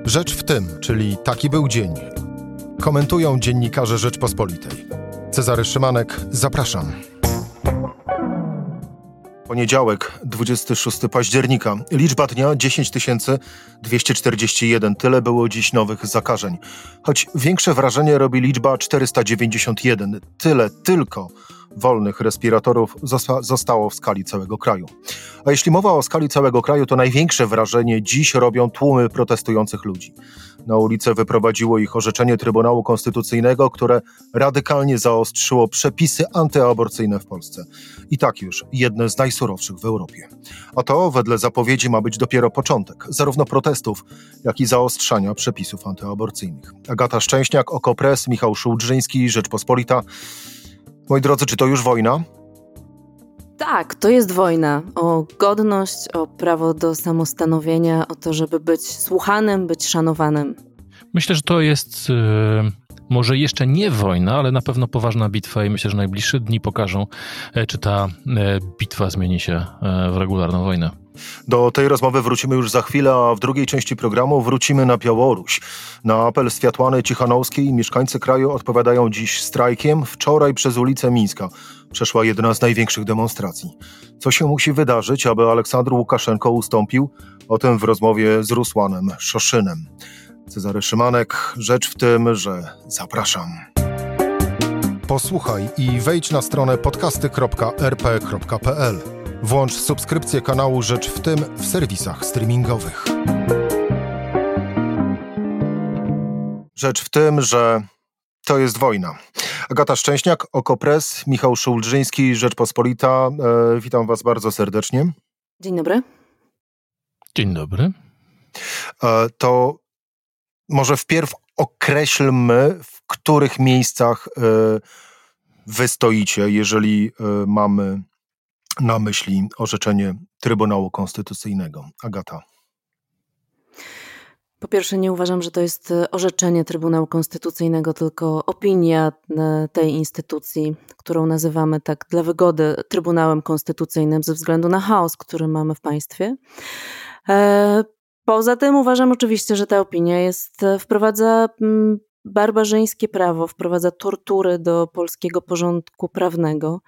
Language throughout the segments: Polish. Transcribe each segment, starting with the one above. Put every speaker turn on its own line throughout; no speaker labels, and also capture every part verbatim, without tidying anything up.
Rzecz w tym, czyli taki był dzień. Komentują dziennikarze Rzeczpospolitej. Cezary Szymanek, zapraszam. Poniedziałek, dwudziestego szóstego października. Liczba dnia dziesięć tysięcy dwieście czterdzieści jeden. Tyle było dziś nowych zakażeń. Choć większe wrażenie robi liczba czterysta dziewięćdziesiąt jeden. Tyle tylko wolnych respiratorów zosta- zostało w skali całego kraju. A jeśli mowa o skali całego kraju, to największe wrażenie dziś robią tłumy protestujących ludzi. Na ulicę wyprowadziło ich orzeczenie Trybunału Konstytucyjnego, które radykalnie zaostrzyło przepisy antyaborcyjne w Polsce. I tak już jedne z najsurowszych w Europie. A to wedle zapowiedzi ma być dopiero początek zarówno protestów, jak i zaostrzania przepisów antyaborcyjnych. Agata Szczęśniak, Okopres, Michał Szułdrzyński, Rzeczpospolita. Moi drodzy, czy to już wojna?
Tak, to jest wojna o godność, o prawo do samostanowienia, o to, żeby być słuchanym, być szanowanym.
Myślę, że to jest yy, może jeszcze nie wojna, ale na pewno poważna bitwa i myślę, że najbliższe dni pokażą, czy ta bitwa zmieni się w regularną wojnę.
Do tej rozmowy wrócimy już za chwilę, a w drugiej części programu wrócimy na Białoruś. Na apel Światłany Cichanowskiej mieszkańcy kraju odpowiadają dziś strajkiem. Wczoraj przez ulicę Mińska przeszła jedna z największych demonstracji. Co się musi wydarzyć, aby Aleksander Łukaszenko ustąpił? O tym w rozmowie z Rusłanem Szoszynem. Cezary Szymanek, rzecz w tym, że zapraszam. Posłuchaj i wejdź na stronę podcasty kropka er pe kropka pe el. Włącz subskrypcję kanału Rzecz w tym w serwisach streamingowych. Rzecz w tym, że to jest wojna. Agata Szczęśniak, Okopres, Michał Szułdrzyński, Rzeczpospolita. E, witam was bardzo serdecznie.
Dzień dobry.
Dzień dobry.
E, to może wpierw określmy, w których miejscach e, wy stoicie, jeżeli e, mamy na myśli orzeczenie Trybunału Konstytucyjnego. Agata.
Po pierwsze, nie uważam, że to jest orzeczenie Trybunału Konstytucyjnego, tylko opinia tej instytucji, którą nazywamy tak dla wygody Trybunałem Konstytucyjnym ze względu na chaos, który mamy w państwie. Poza tym uważam oczywiście, że ta opinia jest, wprowadza barbarzyńskie prawo, wprowadza tortury do polskiego porządku prawnego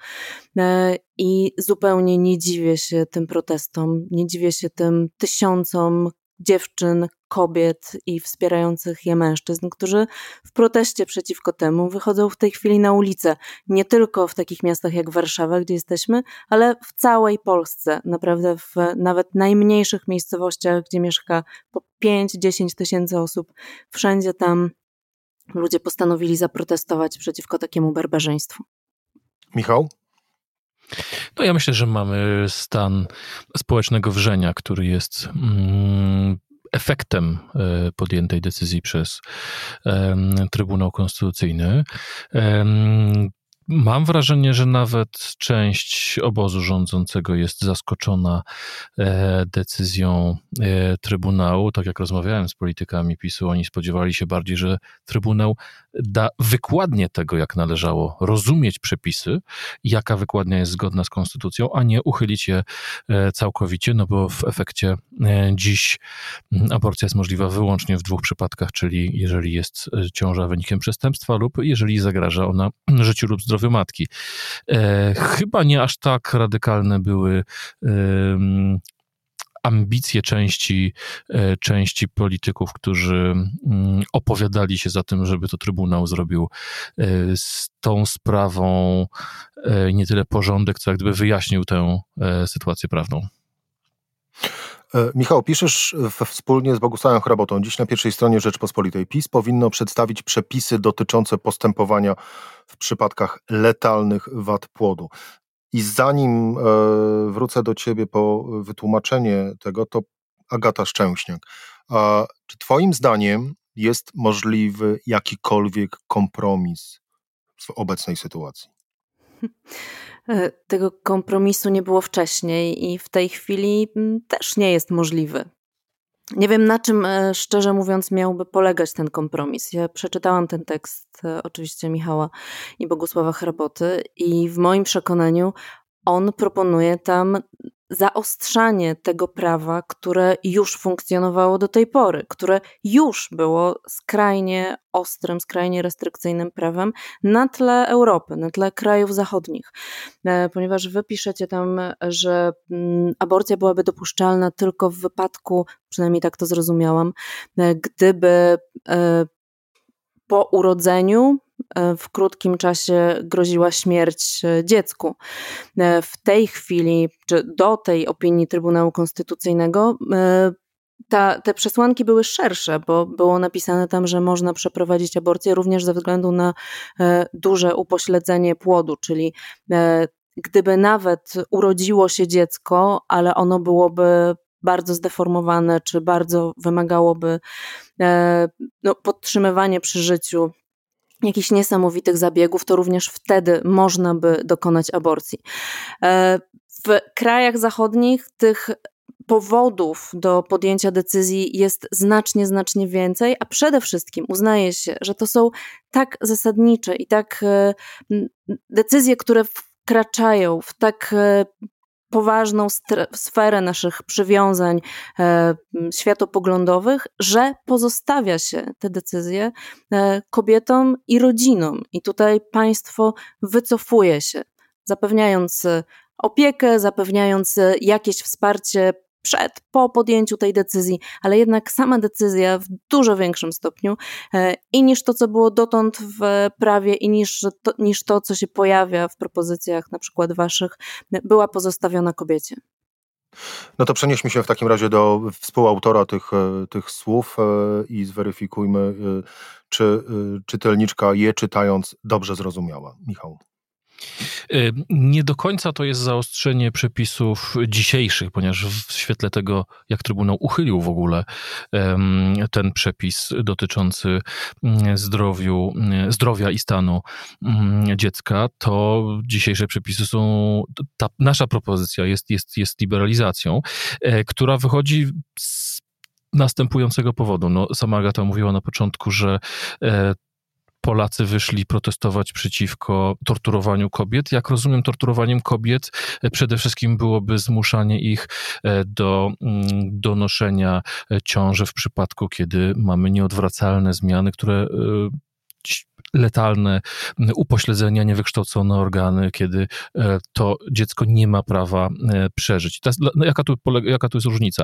i zupełnie nie dziwię się tym protestom, nie dziwię się tym tysiącom dziewczyn, kobiet i wspierających je mężczyzn, którzy w proteście przeciwko temu wychodzą w tej chwili na ulicę. Nie tylko w takich miastach jak Warszawa, gdzie jesteśmy, ale w całej Polsce. Naprawdę w nawet najmniejszych miejscowościach, gdzie mieszka po pięć dziesięć tysięcy osób, wszędzie tam ludzie postanowili zaprotestować przeciwko takiemu barbarzyństwu.
Michał?
No ja myślę, że mamy stan społecznego wrzenia, który jest mm, efektem y, podjętej decyzji przez y, Trybunał Konstytucyjny. Y, Mam wrażenie, że nawet część obozu rządzącego jest zaskoczona e, decyzją e, Trybunału. Tak jak rozmawiałem z politykami PiSu, oni spodziewali się bardziej, że Trybunał da wykładnię tego, jak należało rozumieć przepisy, jaka wykładnia jest zgodna z konstytucją, a nie uchylić je e, całkowicie, no bo w efekcie e, dziś aborcja jest możliwa wyłącznie w dwóch przypadkach, czyli jeżeli jest ciąża wynikiem przestępstwa lub jeżeli zagraża ona życiu lub zdrowiu matki. E, chyba nie aż tak radykalne były e, ambicje części, e, części polityków, którzy m, opowiadali się za tym, żeby to Trybunał zrobił e, z tą sprawą e, nie tyle porządek, co jak gdyby wyjaśnił tę e, sytuację prawną.
Michał, piszesz wspólnie z Bogusławem Hrabotą dziś na pierwszej stronie Rzeczpospolitej. PiS powinno przedstawić przepisy dotyczące postępowania w przypadkach letalnych wad płodu. I zanim e, wrócę do ciebie po wytłumaczenie tego, to Agata Szczęśniak. A czy twoim zdaniem jest możliwy jakikolwiek kompromis w obecnej sytuacji?
Tego kompromisu nie było wcześniej i w tej chwili też nie jest możliwy. Nie wiem, na czym, szczerze mówiąc, miałby polegać ten kompromis. Ja przeczytałam ten tekst, oczywiście Michała i Bogusława Hraboty, i w moim przekonaniu on proponuje tam zaostrzanie tego prawa, które już funkcjonowało do tej pory, które już było skrajnie ostrym, skrajnie restrykcyjnym prawem na tle Europy, na tle krajów zachodnich. Ponieważ wy piszecie tam, że aborcja byłaby dopuszczalna tylko w wypadku, przynajmniej tak to zrozumiałam, gdyby po urodzeniu w krótkim czasie groziła śmierć dziecku. W tej chwili, czy do tej opinii Trybunału Konstytucyjnego, ta, te przesłanki były szersze, bo było napisane tam, że można przeprowadzić aborcję również ze względu na duże upośledzenie płodu, czyli gdyby nawet urodziło się dziecko, ale ono byłoby bardzo zdeformowane, czy bardzo wymagałoby no, podtrzymywania przy życiu jakichś niesamowitych zabiegów, to również wtedy można by dokonać aborcji. W krajach zachodnich tych powodów do podjęcia decyzji jest znacznie, znacznie więcej, a przede wszystkim uznaje się, że to są tak zasadnicze i tak decyzje, które wkraczają w tak poważną sferę naszych przywiązań e, światopoglądowych, że pozostawia się te decyzje e, kobietom i rodzinom. I tutaj państwo wycofuje się, zapewniając opiekę, zapewniając jakieś wsparcie przed, po podjęciu tej decyzji, ale jednak sama decyzja w dużo większym stopniu e, i niż to, co było dotąd w prawie, i niż to, niż to, co się pojawia w propozycjach na przykład waszych, była pozostawiona kobiecie.
No to przenieśmy się w takim razie do współautora tych, tych słów i zweryfikujmy, czy czytelniczka je czytając dobrze zrozumiała. Michał.
Nie do końca to jest zaostrzenie przepisów dzisiejszych, ponieważ w świetle tego, jak Trybunał uchylił w ogóle ten przepis dotyczący zdrowiu, zdrowia i stanu dziecka, to dzisiejsze przepisy są, ta nasza propozycja jest, jest, jest liberalizacją, która wychodzi z następującego powodu. No, sama Agata mówiła na początku, że Polacy wyszli protestować przeciwko torturowaniu kobiet. Jak rozumiem, torturowaniem kobiet przede wszystkim byłoby zmuszanie ich do donoszenia ciąży w przypadku, kiedy mamy nieodwracalne zmiany, które letalne upośledzenia, niewykształcone organy, kiedy to dziecko nie ma prawa przeżyć. Teraz, no jaka, tu polega, jaka tu jest różnica?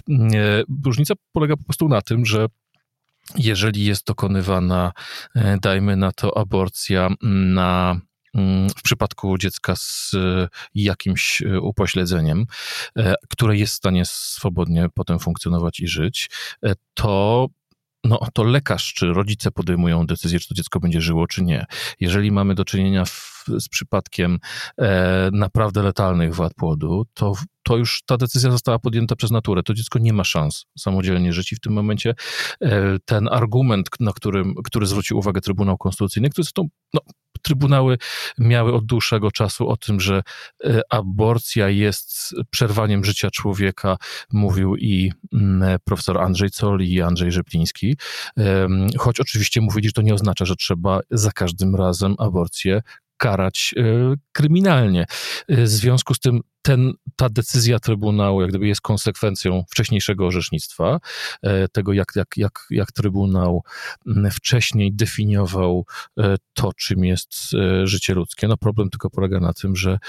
Różnica polega po prostu na tym, że jeżeli jest dokonywana, dajmy na to, aborcja na, w przypadku dziecka z jakimś upośledzeniem, które jest w stanie swobodnie potem funkcjonować i żyć, to no, to lekarz czy rodzice podejmują decyzję, czy to dziecko będzie żyło, czy nie. Jeżeli mamy do czynienia w, z przypadkiem e, naprawdę letalnych wad płodu, to, to już ta decyzja została podjęta przez naturę. To dziecko nie ma szans samodzielnie żyć i w tym momencie e, ten argument, na którym, który zwrócił uwagę Trybunał Konstytucyjny, który zresztą, no, trybunały miały od dłuższego czasu o tym, że aborcja jest przerwaniem życia człowieka, mówił i profesor Andrzej Zoll i Andrzej Rzepliński, choć oczywiście mówili, że to nie oznacza, że trzeba za każdym razem aborcję karać kryminalnie. W związku z tym ten, ta decyzja Trybunału jak gdyby jest konsekwencją wcześniejszego orzecznictwa, tego jak, jak, jak, jak Trybunał wcześniej definiował to, czym jest życie ludzkie. No problem tylko polega na tym, że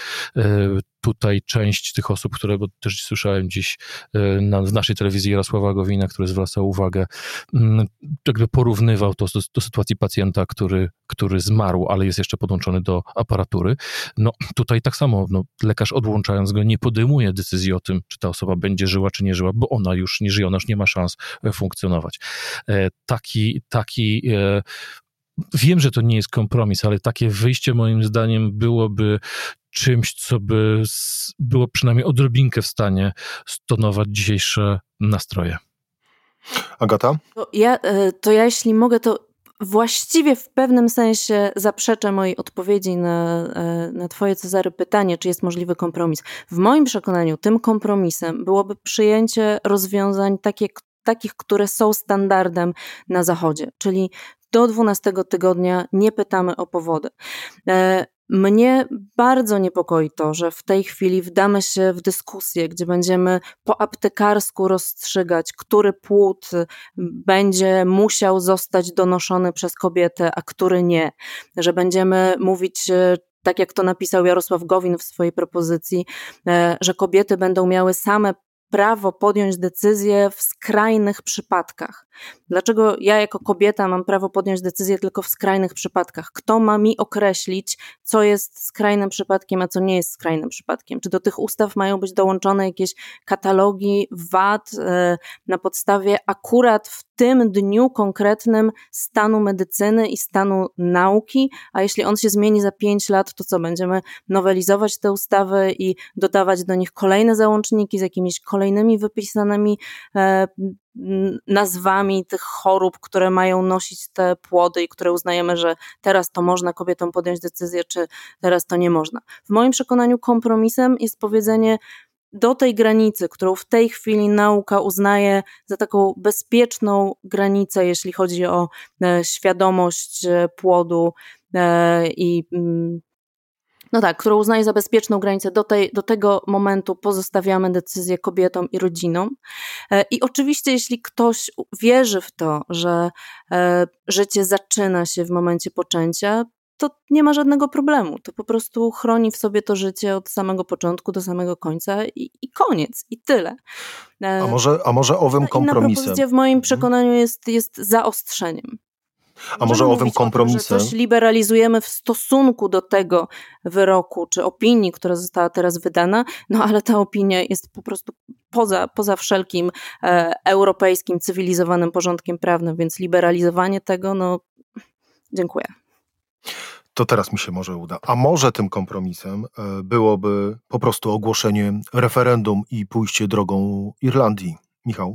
tutaj część tych osób, które, bo też słyszałem dziś na, w naszej telewizji Jarosława Gowina, który zwracał uwagę, jakby porównywał to do, do sytuacji pacjenta, który, który zmarł, ale jest jeszcze podłączony do aparatury. No tutaj tak samo, no, lekarz odłączając go nie podejmuje decyzji o tym, czy ta osoba będzie żyła, czy nie żyła, bo ona już nie żyje, ona już nie ma szans funkcjonować. Taki, taki wiem, że to nie jest kompromis, ale takie wyjście moim zdaniem byłoby czymś, co by było przynajmniej odrobinkę w stanie stonować dzisiejsze nastroje.
Agata?
To ja, to ja jeśli mogę, to właściwie w pewnym sensie zaprzeczę mojej odpowiedzi na, na twoje, Cezary, pytanie, czy jest możliwy kompromis. W moim przekonaniu tym kompromisem byłoby przyjęcie rozwiązań takie, takich, które są standardem na Zachodzie, czyli do dwunastego tygodnia nie pytamy o powody. Mnie bardzo niepokoi to, że w tej chwili wdamy się w dyskusję, gdzie będziemy po aptekarsku rozstrzygać, który płód będzie musiał zostać donoszony przez kobietę, a który nie. Że będziemy mówić, tak jak to napisał Jarosław Gowin w swojej propozycji, że kobiety będą miały same prawo podjąć decyzję w skrajnych przypadkach. Dlaczego ja jako kobieta mam prawo podjąć decyzję tylko w skrajnych przypadkach? Kto ma mi określić, co jest skrajnym przypadkiem, a co nie jest skrajnym przypadkiem? Czy do tych ustaw mają być dołączone jakieś katalogi wad e, na podstawie akurat w tym dniu konkretnym stanu medycyny i stanu nauki, a jeśli on się zmieni za pięć lat, to co? Będziemy nowelizować te ustawy i dodawać do nich kolejne załączniki z jakimiś kolejnymi wypisanymi e, nazwami tych chorób, które mają nosić te płody i które uznajemy, że teraz to można kobietom podjąć decyzję, czy teraz to nie można. W moim przekonaniu kompromisem jest powiedzenie do tej granicy, którą w tej chwili nauka uznaje za taką bezpieczną granicę, jeśli chodzi o e, świadomość e, płodu e, i no tak, którą uznaje za bezpieczną granicę, do, tej, do tego momentu pozostawiamy decyzję kobietom i rodzinom. I oczywiście, jeśli ktoś wierzy w to, że życie zaczyna się w momencie poczęcia, to nie ma żadnego problemu. To po prostu chroni w sobie to życie od samego początku do samego końca i, i koniec, i tyle.
A może, a może owym kompromisem?
Inna propozycja w moim przekonaniu jest, jest zaostrzeniem.
A może owym kompromisem?
O tym, że coś liberalizujemy w stosunku do tego wyroku czy opinii, która została teraz wydana, no ale ta opinia jest po prostu poza, poza wszelkim e, europejskim, cywilizowanym porządkiem prawnym, więc liberalizowanie tego, no dziękuję.
To teraz mi się może uda. A może tym kompromisem e, byłoby po prostu ogłoszenie referendum i pójście drogą Irlandii. Michał?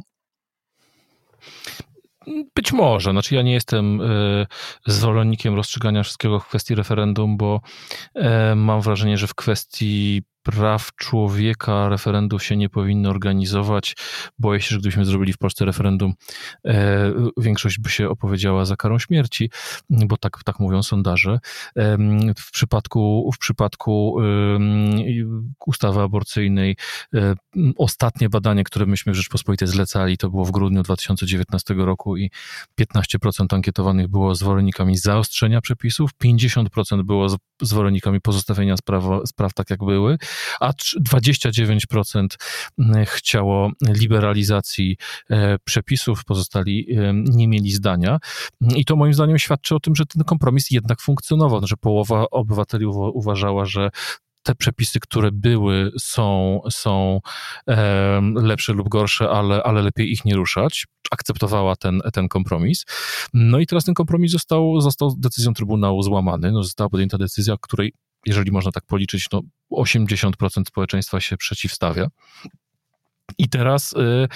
Być może. Znaczy ja nie jestem y, zwolennikiem rozstrzygania wszystkiego w kwestii referendum, bo y, mam wrażenie, że w kwestii praw człowieka referendum się nie powinno organizować. Boję się, że gdybyśmy zrobili w Polsce referendum, e, większość by się opowiedziała za karą śmierci, bo tak, tak mówią sondaże. E, w przypadku, w przypadku e, ustawy aborcyjnej e, ostatnie badanie, które myśmy w Rzeczpospolitej zlecali, to było w grudniu dwa tysiące dziewiętnastego roku i piętnaście procent ankietowanych było zwolennikami zaostrzenia przepisów, pięćdziesiąt procent było zwolennikami pozostawienia spraw, spraw tak jak były, a dwadzieścia dziewięć procent chciało liberalizacji przepisów, pozostali nie mieli zdania. I to moim zdaniem świadczy o tym, że ten kompromis jednak funkcjonował, że połowa obywateli uważała, że te przepisy, które były, są, są e, lepsze lub gorsze, ale, ale lepiej ich nie ruszać. Akceptowała ten, ten kompromis. No i teraz ten kompromis został, został decyzją Trybunału złamany. No, została podjęta decyzja, której, jeżeli można tak policzyć, no osiemdziesiąt procent społeczeństwa się przeciwstawia. I teraz,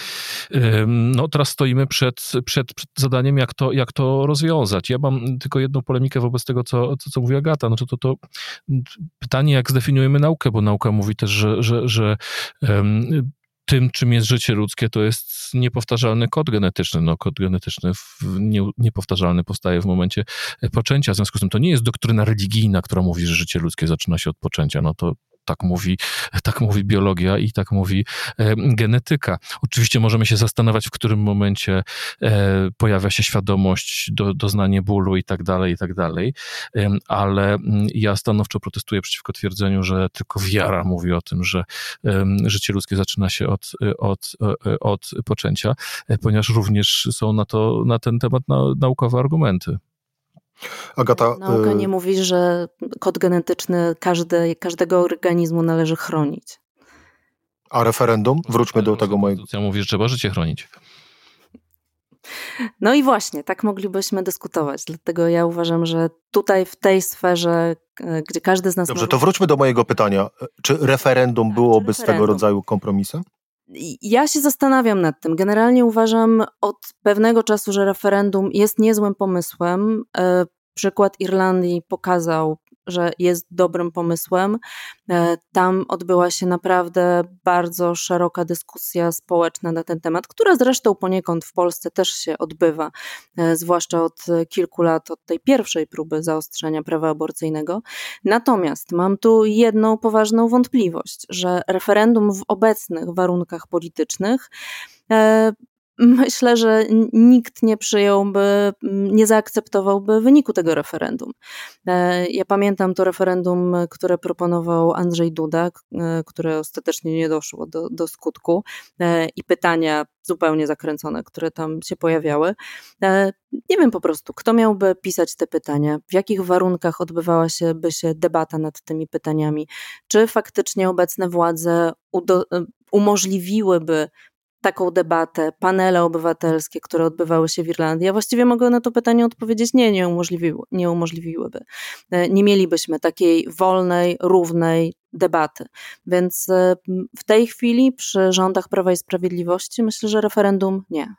no teraz stoimy przed, przed, przed zadaniem, jak to, jak to rozwiązać. Ja mam tylko jedną polemikę wobec tego, co, co, co mówi Agata. No to, to, to pytanie, jak zdefiniujemy naukę, bo nauka mówi też, że, że, że um, tym, czym jest życie ludzkie, to jest niepowtarzalny kod genetyczny. No, kod genetyczny w, nie, niepowtarzalny powstaje w momencie poczęcia. W związku z tym to nie jest doktryna religijna, która mówi, że życie ludzkie zaczyna się od poczęcia. No to tak mówi, tak mówi biologia i tak mówi e, genetyka. Oczywiście możemy się zastanawiać, w którym momencie e, pojawia się świadomość, do, doznanie bólu i tak dalej, i tak dalej, e, ale ja stanowczo protestuję przeciwko twierdzeniu, że tylko wiara mówi o tym, że e, życie ludzkie zaczyna się od, od, od poczęcia, e, ponieważ również są na to, na ten temat na, naukowe argumenty.
Agata,
Nauka nie mówi, że kod genetyczny każdy, każdego organizmu należy chronić.
A referendum? Wróćmy do tego mojego.
Konstytucja mówi, że trzeba życie chronić.
No i właśnie, tak moglibyśmy dyskutować. Dlatego ja uważam, że tutaj w tej sferze, gdzie każdy z nas...
Dobrze, to wróćmy do mojego pytania. Czy referendum byłoby z tego rodzaju kompromisem?
Ja się zastanawiam nad tym. Generalnie uważam od pewnego czasu, że referendum jest niezłym pomysłem. Przykład Irlandii pokazał, że jest dobrym pomysłem. Tam odbyła się naprawdę bardzo szeroka dyskusja społeczna na ten temat, która zresztą poniekąd w Polsce też się odbywa, zwłaszcza od kilku lat, od tej pierwszej próby zaostrzenia prawa aborcyjnego. Natomiast mam tu jedną poważną wątpliwość, że referendum w obecnych warunkach politycznych myślę, że nikt nie przyjąłby, nie zaakceptowałby wyniku tego referendum. Ja pamiętam to referendum, które proponował Andrzej Duda, które ostatecznie nie doszło do, do skutku, i pytania zupełnie zakręcone, które tam się pojawiały. Nie wiem po prostu, kto miałby pisać te pytania, w jakich warunkach odbywała się by się debata nad tymi pytaniami, czy faktycznie obecne władze udo- umożliwiłyby taką debatę, panele obywatelskie, które odbywały się w Irlandii. Ja właściwie mogę na to pytanie odpowiedzieć nie, nie, umożliwiły, nie umożliwiłyby. Nie mielibyśmy takiej wolnej, równej debaty. Więc w tej chwili przy rządach Prawa i Sprawiedliwości myślę, że referendum nie.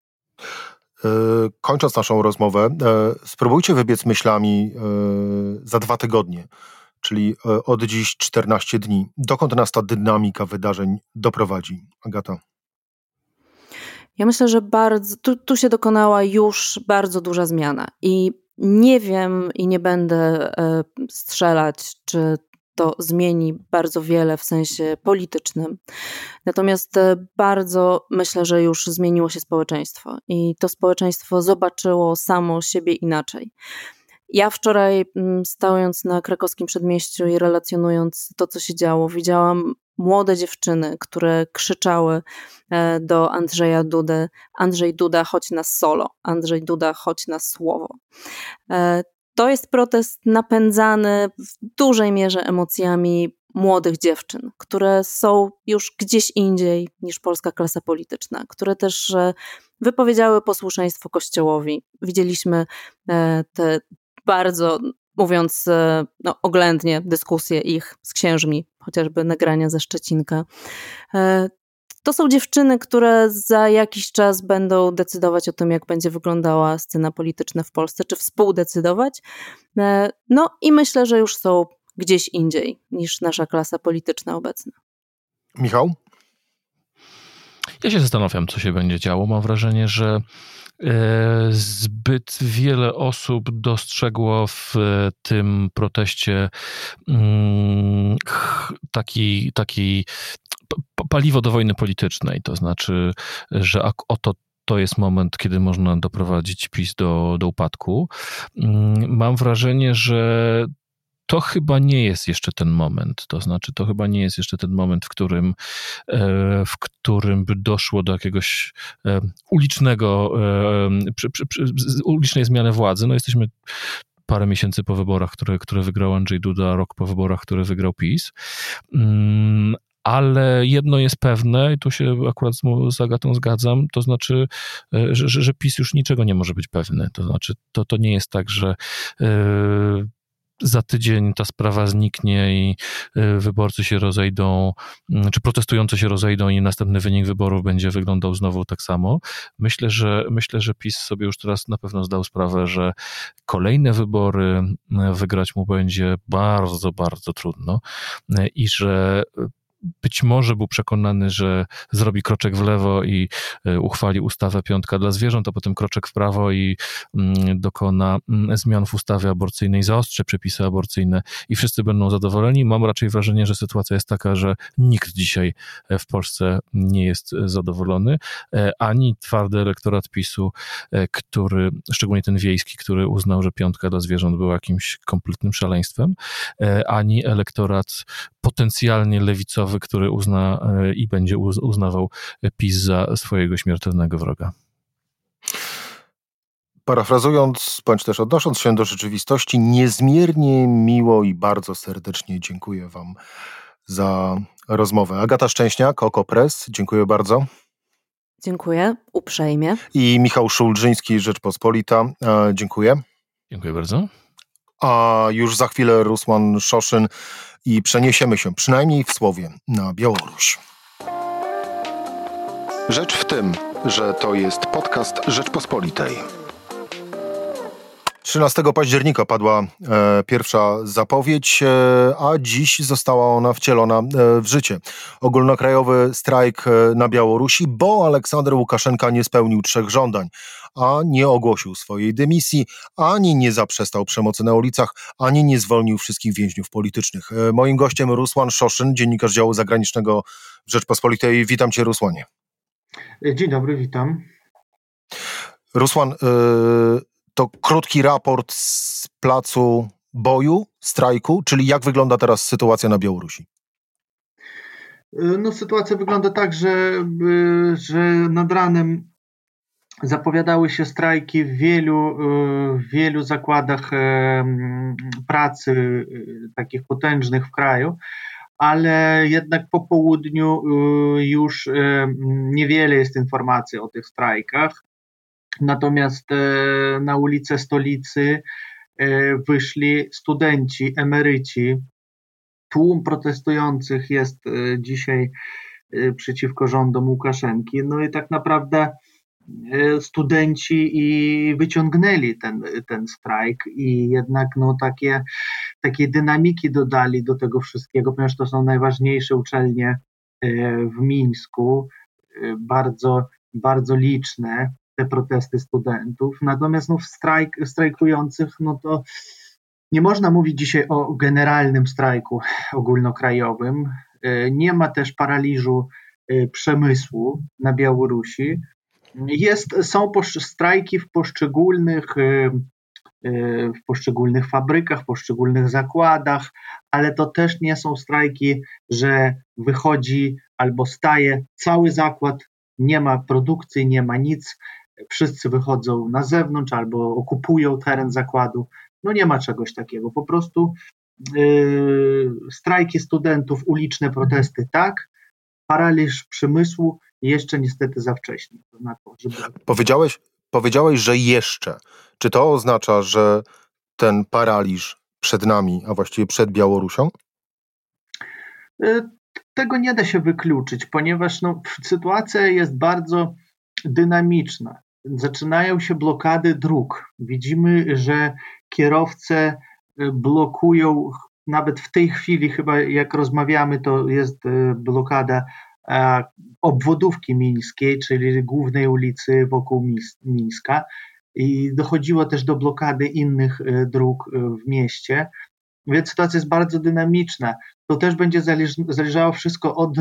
Kończąc naszą rozmowę, spróbujcie wybiec myślami za dwa tygodnie, czyli od dziś czternaście dni. Dokąd nas ta dynamika wydarzeń doprowadzi? Agata?
Ja myślę, że bardzo, tu, tu się dokonała już bardzo duża zmiana i nie wiem i nie będę strzelać, czy to zmieni bardzo wiele w sensie politycznym. Natomiast bardzo myślę, że już zmieniło się społeczeństwo i to społeczeństwo zobaczyło samo siebie inaczej. Ja wczoraj, stojąc na krakowskim przedmieściu i relacjonując to, co się działo, widziałam młode dziewczyny, które krzyczały do Andrzeja Dudy: Andrzej Duda, chodź na solo, Andrzej Duda, chodź na słowo. To jest protest napędzany w dużej mierze emocjami młodych dziewczyn, które są już gdzieś indziej niż polska klasa polityczna, które też wypowiedziały posłuszeństwo Kościołowi. Widzieliśmy te bardzo, mówiąc no, oględnie, dyskusje ich z księżmi, chociażby nagrania ze Szczecinka. To są dziewczyny, które za jakiś czas będą decydować o tym, jak będzie wyglądała scena polityczna w Polsce, czy współdecydować. No i myślę, że już są gdzieś indziej niż nasza klasa polityczna obecna.
Michał?
Ja się zastanawiam, co się będzie działo. Mam wrażenie, że zbyt wiele osób dostrzegło w tym proteście taki, taki paliwo do wojny politycznej. To znaczy, że oto to jest moment, kiedy można doprowadzić PiS do, do upadku. Mam wrażenie, że to chyba nie jest jeszcze ten moment, to znaczy to chyba nie jest jeszcze ten moment, w którym, w którym by doszło do jakiegoś ulicznego, przy, przy, przy, ulicznej zmiany władzy. No jesteśmy parę miesięcy po wyborach, które, które wygrał Andrzej Duda, rok po wyborach, które wygrał PiS. Ale jedno jest pewne, i tu się akurat z Agatą zgadzam, to znaczy, że, że, że PiS już niczego nie może być pewny. To znaczy, to, to nie jest tak, że yy, za tydzień ta sprawa zniknie i wyborcy się rozejdą, czy protestujący się rozejdą i następny wynik wyborów będzie wyglądał znowu tak samo. Myślę, że myślę, że PiS sobie już teraz na pewno zdał sprawę, że kolejne wybory wygrać mu będzie bardzo, bardzo trudno i że być może był przekonany, że zrobi kroczek w lewo i uchwali ustawę piątka dla zwierząt, a potem kroczek w prawo i dokona zmian w ustawie aborcyjnej, zaostrzy przepisy aborcyjne i wszyscy będą zadowoleni. Mam raczej wrażenie, że sytuacja jest taka, że nikt dzisiaj w Polsce nie jest zadowolony, ani twardy elektorat PiSu, który, szczególnie ten wiejski, który uznał, że piątka dla zwierząt była jakimś kompletnym szaleństwem, ani elektorat potencjalnie lewicowy, który uzna i będzie uznawał PiS za swojego śmiertelnego wroga.
Parafrazując, bądź też odnosząc się do rzeczywistości, niezmiernie miło i bardzo serdecznie dziękuję wam za rozmowę. Agata Szczęśniak, Okopres, dziękuję bardzo.
Dziękuję, uprzejmie.
I Michał Szulżyński, Rzeczpospolita, dziękuję.
Dziękuję bardzo.
A już za chwilę Rusłan Szoszyn i przeniesiemy się, przynajmniej w słowie, na Białoruś. Rzecz w tym, że to jest podcast Rzeczpospolitej. trzynastego października padła e, pierwsza zapowiedź, e, a dziś została ona wcielona e, w życie. Ogólnokrajowy strajk e, na Białorusi, bo Aleksander Łukaszenka nie spełnił trzech żądań, a nie ogłosił swojej dymisji, ani nie zaprzestał przemocy na ulicach, ani nie zwolnił wszystkich więźniów politycznych. E, moim gościem Rusłan Szoszyn, dziennikarz działu zagranicznego w Rzeczpospolitej. Witam cię, Rusłanie.
Dzień dobry, witam.
Rusłan, e, to krótki raport z placu boju, strajku, czyli jak wygląda teraz sytuacja na Białorusi?
No, sytuacja wygląda tak, że, że nad ranem zapowiadały się strajki w wielu, w wielu zakładach pracy, takich potężnych w kraju, ale jednak po południu już niewiele jest informacji o tych strajkach. Natomiast na ulice stolicy wyszli studenci, emeryci. Tłum protestujących jest dzisiaj przeciwko rządom Łukaszenki. No i tak naprawdę studenci i wyciągnęli ten, ten strajk i jednak no takie, takiej dynamiki dodali do tego wszystkiego, ponieważ to są najważniejsze uczelnie w Mińsku, bardzo, bardzo liczne te protesty studentów. Natomiast no, w strajk, strajkujących, no to nie można mówić dzisiaj o generalnym strajku ogólnokrajowym. Nie ma też paraliżu przemysłu na Białorusi. Jest, są strajki w poszczególnych, w poszczególnych fabrykach, w poszczególnych zakładach, ale to też nie są strajki, że wychodzi albo staje cały zakład, nie ma produkcji, nie ma nic, wszyscy wychodzą na zewnątrz albo okupują teren zakładu. No nie ma czegoś takiego, po prostu yy, strajki studentów, uliczne protesty tak, paraliż przemysłu jeszcze niestety za wcześnie. To na to, żeby...
powiedziałeś, powiedziałeś, że jeszcze. Czy to oznacza, że ten paraliż przed nami, a właściwie przed Białorusią?
Yy, tego nie da się wykluczyć, ponieważ no, sytuacja jest bardzo dynamiczna. Zaczynają się blokady dróg. Widzimy, że kierowcy blokują, nawet w tej chwili chyba jak rozmawiamy, to jest blokada obwodówki mińskiej, czyli głównej ulicy wokół Mińska i dochodziło też do blokady innych dróg w mieście, więc sytuacja jest bardzo dynamiczna. To też będzie zależ- zależało wszystko od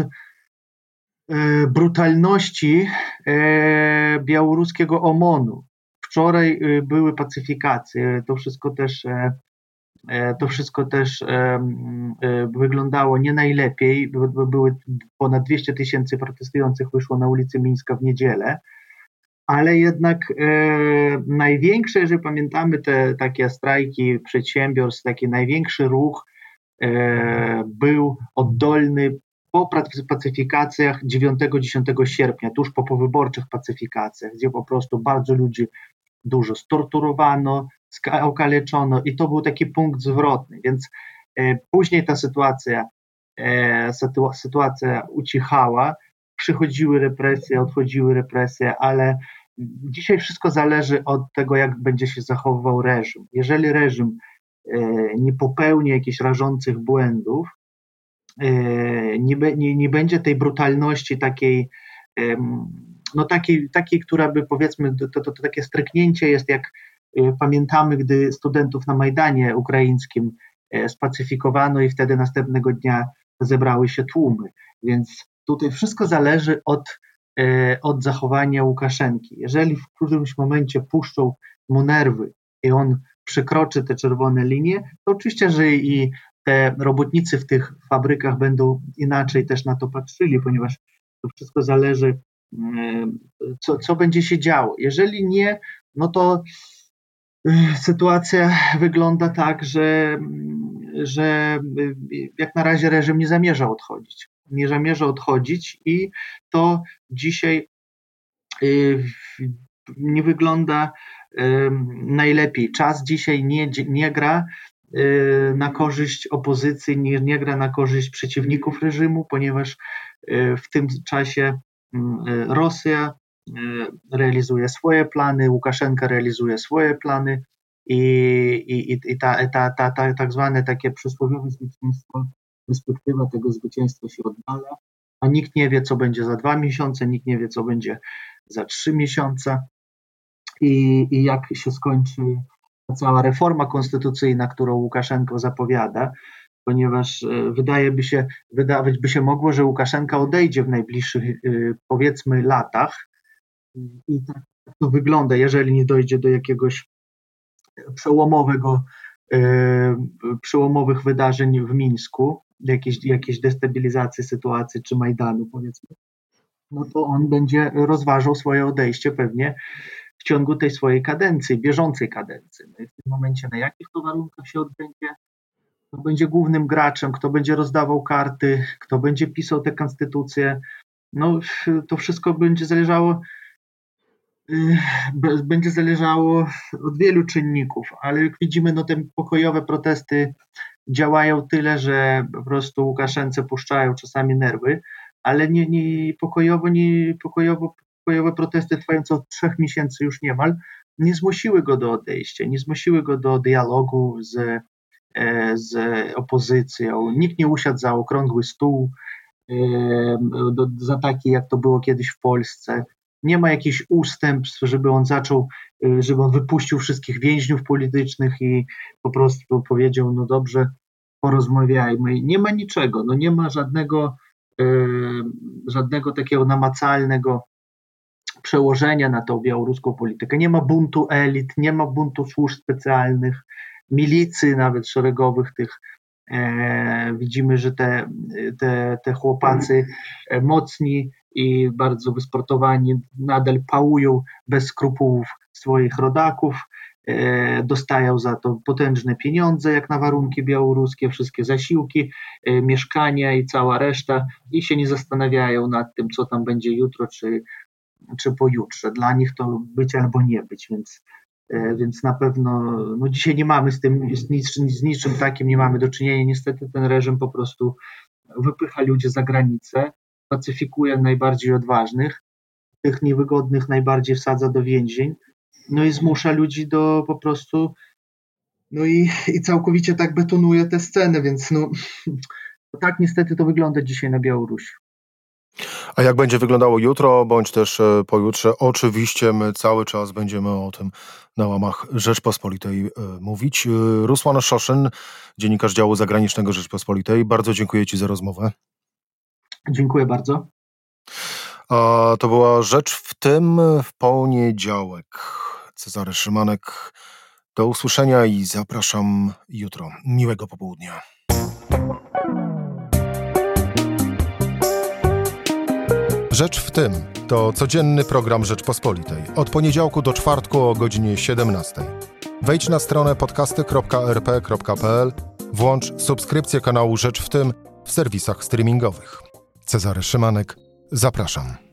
brutalności białoruskiego OMON-u. Wczoraj były pacyfikacje, to wszystko też, to wszystko też wyglądało nie najlepiej. Były ponad dwieście tysięcy protestujących wyszło na ulicy Mińska w niedzielę, ale jednak największe, jeżeli pamiętamy te takie strajki przedsiębiorstw, taki największy ruch był oddolny po pacyfikacjach dziewiątego dziesiątego sierpnia, tuż po powyborczych pacyfikacjach, gdzie po prostu bardzo ludzi dużo storturowano, okaleczono i to był taki punkt zwrotny, więc e, później ta sytuacja, e, sytu, sytuacja ucichała, przychodziły represje, odchodziły represje, ale dzisiaj wszystko zależy od tego, jak będzie się zachowywał reżim. Jeżeli reżim e, nie popełni jakichś rażących błędów, Nie, nie, nie będzie tej brutalności takiej, no takiej, takiej która by powiedzmy, to, to, to takie stryknięcie jest jak pamiętamy, gdy studentów na Majdanie ukraińskim spacyfikowano i wtedy następnego dnia zebrały się tłumy, więc tutaj wszystko zależy od, od zachowania Łukaszenki. Jeżeli w którymś momencie puszczą mu nerwy i on przekroczy te czerwone linie, to oczywiście, że i te robotnicy w tych fabrykach będą inaczej też na to patrzyli, ponieważ to wszystko zależy, co, co będzie się działo. Jeżeli nie, no to sytuacja wygląda tak, że, że jak na razie reżim nie zamierza odchodzić. Nie zamierza odchodzić i to dzisiaj nie wygląda najlepiej. Czas dzisiaj nie, nie gra na korzyść opozycji, nie, nie gra na korzyść przeciwników reżimu, ponieważ w tym czasie Rosja realizuje swoje plany, Łukaszenka realizuje swoje plany i, i, i ta, ta, ta, ta tak zwane takie przysłowiowe zwycięstwo, perspektywa tego zwycięstwa się oddala, a nikt nie wie, co będzie za dwa miesiące, nikt nie wie, co będzie za trzy miesiące i, i jak się skończy cała reforma konstytucyjna, którą Łukaszenko zapowiada, ponieważ wydaje by się, wydawać by się mogło, że Łukaszenka odejdzie w najbliższych, powiedzmy, latach i tak to wygląda, jeżeli nie dojdzie do jakiegoś przełomowego, przełomowych wydarzeń w Mińsku, jakiejś, jakiejś destabilizacji sytuacji czy Majdanu, powiedzmy, no to on będzie rozważał swoje odejście pewnie w ciągu tej swojej kadencji, bieżącej kadencji. No i w tym momencie na jakich to warunkach się odbędzie, kto będzie głównym graczem, kto będzie rozdawał karty, kto będzie pisał tę konstytucję, no to wszystko będzie zależało będzie zależało od wielu czynników, ale jak widzimy, no te pokojowe protesty działają tyle, że po prostu Łukaszence puszczają czasami nerwy, ale nie, nie pokojowo, nie pokojowo, pokojowe protesty trwające od trzech miesięcy już niemal nie zmusiły go do odejścia, nie zmusiły go do dialogu z, z opozycją. Nikt nie usiadł za okrągły stół, do, za taki, jak to było kiedyś w Polsce. Nie ma jakichś ustępstw, żeby on zaczął, żeby on wypuścił wszystkich więźniów politycznych i po prostu powiedział, no dobrze, porozmawiajmy. Nie ma niczego, no nie ma żadnego, żadnego takiego namacalnego przełożenia na tą białoruską politykę. Nie ma buntu elit, nie ma buntu służb specjalnych, milicji nawet szeregowych tych. E, widzimy, że te, te, te chłopacy mocni i bardzo wysportowani nadal pałują bez skrupułów swoich rodaków, e, dostają za to potężne pieniądze, jak na warunki białoruskie, wszystkie zasiłki, e, mieszkania i cała reszta i się nie zastanawiają nad tym, co tam będzie jutro czy, czy pojutrze. Dla nich to być albo nie być, więc Więc na pewno no dzisiaj nie mamy z tym, z, nic, z niczym takim nie mamy do czynienia. Niestety ten reżim po prostu wypycha ludzi za granicę, pacyfikuje najbardziej odważnych, tych niewygodnych najbardziej wsadza do więzień, no i zmusza ludzi do po prostu, no i, i całkowicie tak betonuje tę scenę, więc no tak niestety to wygląda dzisiaj na Białorusi.
A jak będzie wyglądało jutro, bądź też pojutrze, oczywiście my cały czas będziemy o tym na łamach Rzeczpospolitej mówić. Rusłan Szoszyn, dziennikarz działu zagranicznego Rzeczpospolitej, bardzo dziękuję Ci za rozmowę.
Dziękuję bardzo.
A to była Rzecz w tym w poniedziałek. Cezary Szymanek, do usłyszenia i zapraszam jutro. Miłego popołudnia. Rzecz w tym to codzienny program Rzeczpospolitej. Od poniedziałku do czwartku o godzinie siedemnastej. Wejdź na stronę podcasty kropka er pe kropka pe el, włącz subskrypcję kanału Rzecz w tym w serwisach streamingowych. Cezary Szymanek, zapraszam.